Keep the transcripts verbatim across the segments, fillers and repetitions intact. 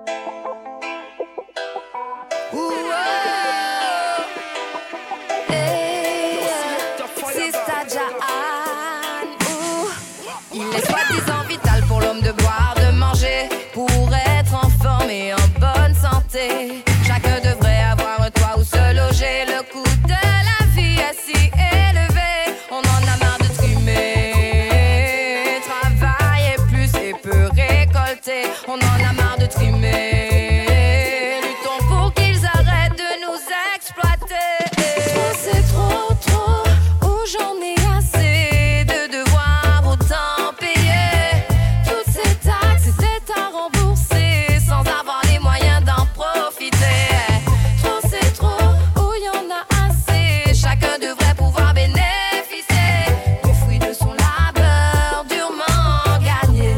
Chacun devrait avoir un toit où se loger. Le coût de la vie est si élevé, on en a marre de trimer. Travailler plus et peu récolter, on en a marre de trimer. Luttons pour qu'ils arrêtent de nous exploiter. Trop c'est trop, trop, oh j'en ai assez de devoir autant payer. Toutes ces taxes et dettes à rembourser sans avoir les moyens d'en profiter. Trop c'est trop, oh y'en a assez. Chacun devrait pouvoir bénéficier du fruit de son labeur durement gagné.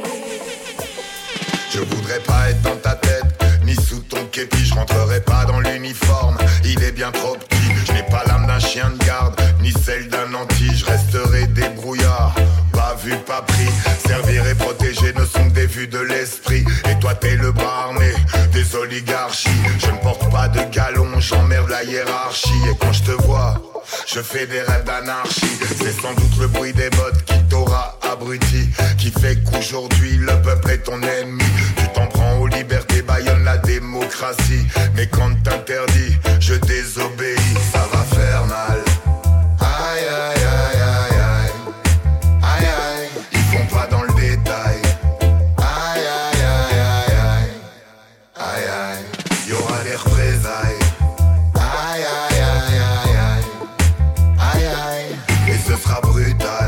Je voudrais pas être dans ta tête, ni sous ton képi. Je rentrerai pas dans l'uniforme, il est bien trop petit. Je n'ai pas l'âme d'un chien de garde, ni celle d'un anti. Je resterai débrouillard, pas vu, pas pris. Servir et protéger ne sont que des vues de l'esprit. Et toi t'es le bras armé des oligarchies. Je ne porte pas de galon, j'emmerde la hiérarchie. Et quand je te vois, je fais des rêves d'anarchie. C'est sans doute le bruit des bottes qui t'aura abruti, qui fait qu'aujourd'hui le peuple est ton ennemi. Tu t'en prends aux libertés, bâillonne la démocratie. Mais quand t'interdis, je désobéis. Ça va faire mal. Aïe aïe aïe aïe aïe. Aïe aïe, ils font pas dans le détail. Aïe aïe aïe aïe aïe. Aïe aïe, y'aura des représailles. Aïe aïe aïe aïe aïe. Aïe aïe, et ce sera brutal.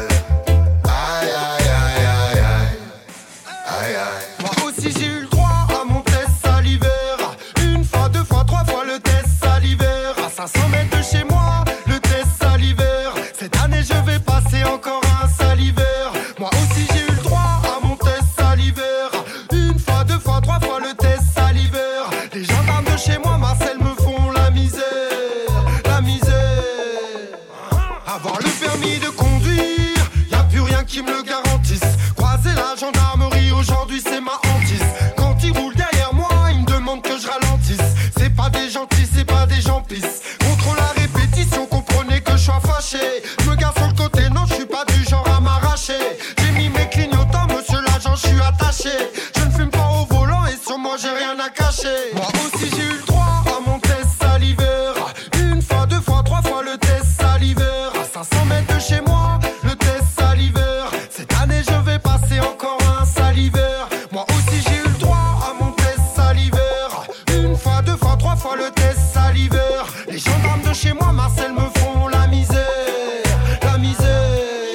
Aïe aïe aïe aïe aïe. Aïe aïe. Moi aussi j'ai eu le droit à mon test salivaire. Une fois, deux fois, trois fois le test salivaire. À cinq cents mètres de chez moi, le test salivaire. Cette année je vais passer encore un salivaire. Moi aussi j'ai eu le droit à mon test salivaire. Une fois, deux fois, trois fois le test salivaire. Les gendarmes de chez moi, Marcel, me font la misère. La misère. Avoir le permis de conduire, y'a plus rien qui me le garantisse. Croiser la gendarmerie, aujourd'hui c'est ma hantise. Quand ils roulent derrière moi, ils me demandent que je ralentisse. C'est pas des gentils, c'est pas des gens pisses. Contre la répétition, comprenez que je sois fâché. Je me garde sur le côté, non je suis pas du genre à m'arracher. J'ai mis mes clignotants, monsieur l'agent, je suis attaché. Je ne fume pas au volant et sur moi j'ai rien à cacher. Moi aussi j'ai eu le droit à mon test salivaire. Une fois, deux fois, trois fois le test salivaire. À cinq cents mètres de chez moi, le test salivaire. Cette année je vais passer encore un salivaire. Moi aussi j'ai eu le droit à mon test salivaire. Une fois, deux fois, trois fois le test salivaire. Les gendarmes de chez moi, Marcel, me font la misère. La misère.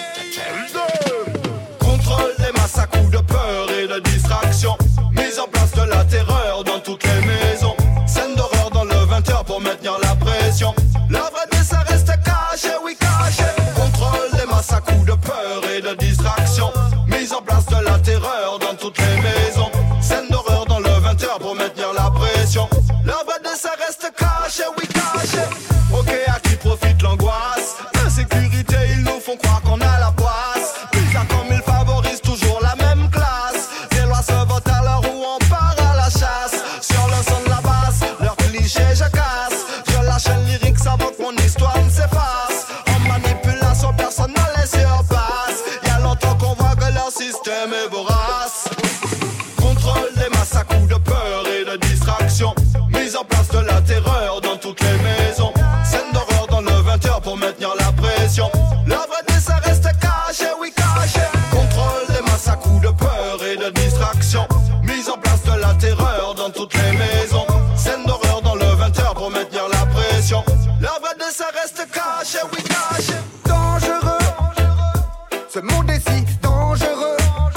Contrôle des masses à coups de peur et de distraction. Mise en place de la terreur dans toutes les maisons. Scène d'horreur dans le vingt heures pour maintenir la pression. La vraie ça reste caché, oui caché. Contrôle des masses à coups de peur et de distraction. Mise en place de la terreur dans toutes les maisons. Scène d'horreur dans le vingt heures pour maintenir la pression. La vraie ça reste caché, oui caché. Ok, à qui profite l'angoisse? Insécurité, ils nous font croire qu'on a la poisse. Bizarre comme ils favorisent toujours la même classe. Des lois se votent à l'heure où on part à la chasse. Sur le son de la basse, leur cliché je casse. Je lâche un lyrique avant que mon histoire ne s'efface. En manipulation, personne ne les surpasse. Y'a longtemps qu'on voit que leur système est vorace. Contrôle des masses à coups de peur et de distraction. Mise en place de la terreur dans toutes les maisons. Scène d'horreur dans le vingt heures pour maintenir la pression. La vraie ça reste caché, oui caché. Contrôle des masses à coups de peur et de distraction. Mise en place de la terreur dans toutes les maisons. Scène d'horreur dans le vingt heures pour maintenir la pression. La vraie ça reste caché, oui caché. Dangereux, ce monde est si dangereux.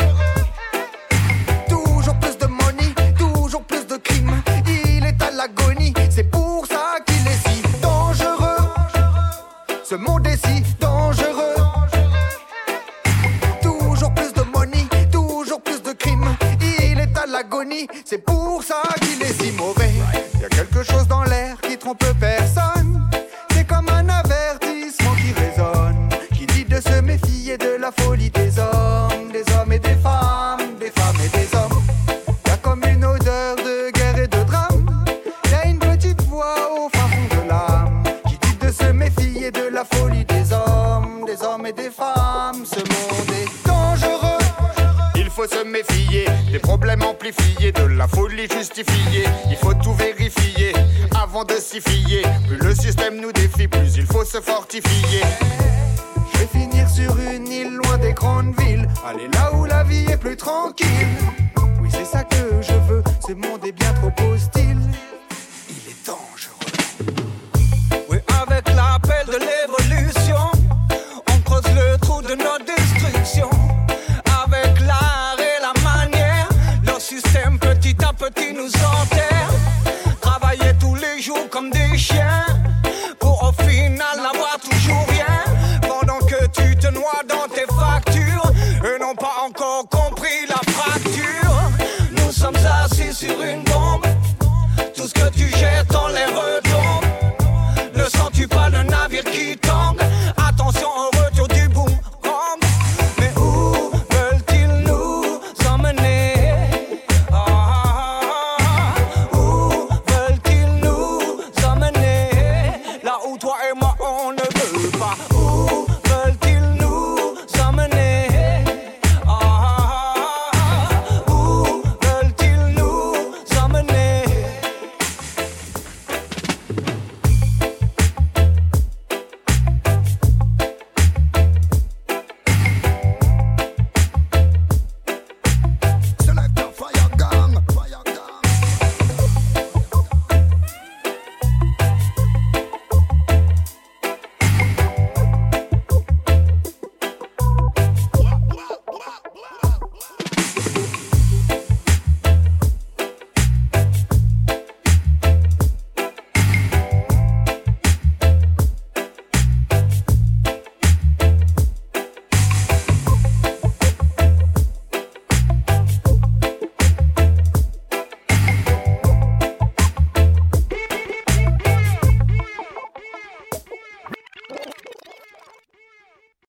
Toujours plus de money, toujours plus de crimes. Il est à l'agonie, c'est pour ça qu'il est si dangereux. Ce monde est si dangereux. Toujours plus de money, toujours plus de crimes. Il est à l'agonie, c'est pour ça qu'il est si mauvais. Y a quelque chose dans l'air qui trompe personne. C'est comme un avertissement qui résonne, qui dit de se méfier de la folie des hommes, des hommes et des femmes, des femmes et des hommes. Y a comme une odeur amplifié, de la folie justifiée. Il faut tout vérifier avant de s'y fier. Plus le système nous défie, plus il faut se fortifier. Je vais finir sur une île loin des grandes villes, aller là où la vie est plus tranquille. Oui, c'est ça que je veux, ce monde est bien trop hostile. Il est dangereux. Oui, avec l'appel de l'évolution, on creuse le trou de notre destruction. Avec l'art et la manière, leur système petit à petit nous enterre. Travailler tous les jours comme des chiens, pour au final n'avoir toujours rien. Pendant que tu te noies dans tes factures, eux n'ont pas encore compris la fracture. Nous sommes assis sur une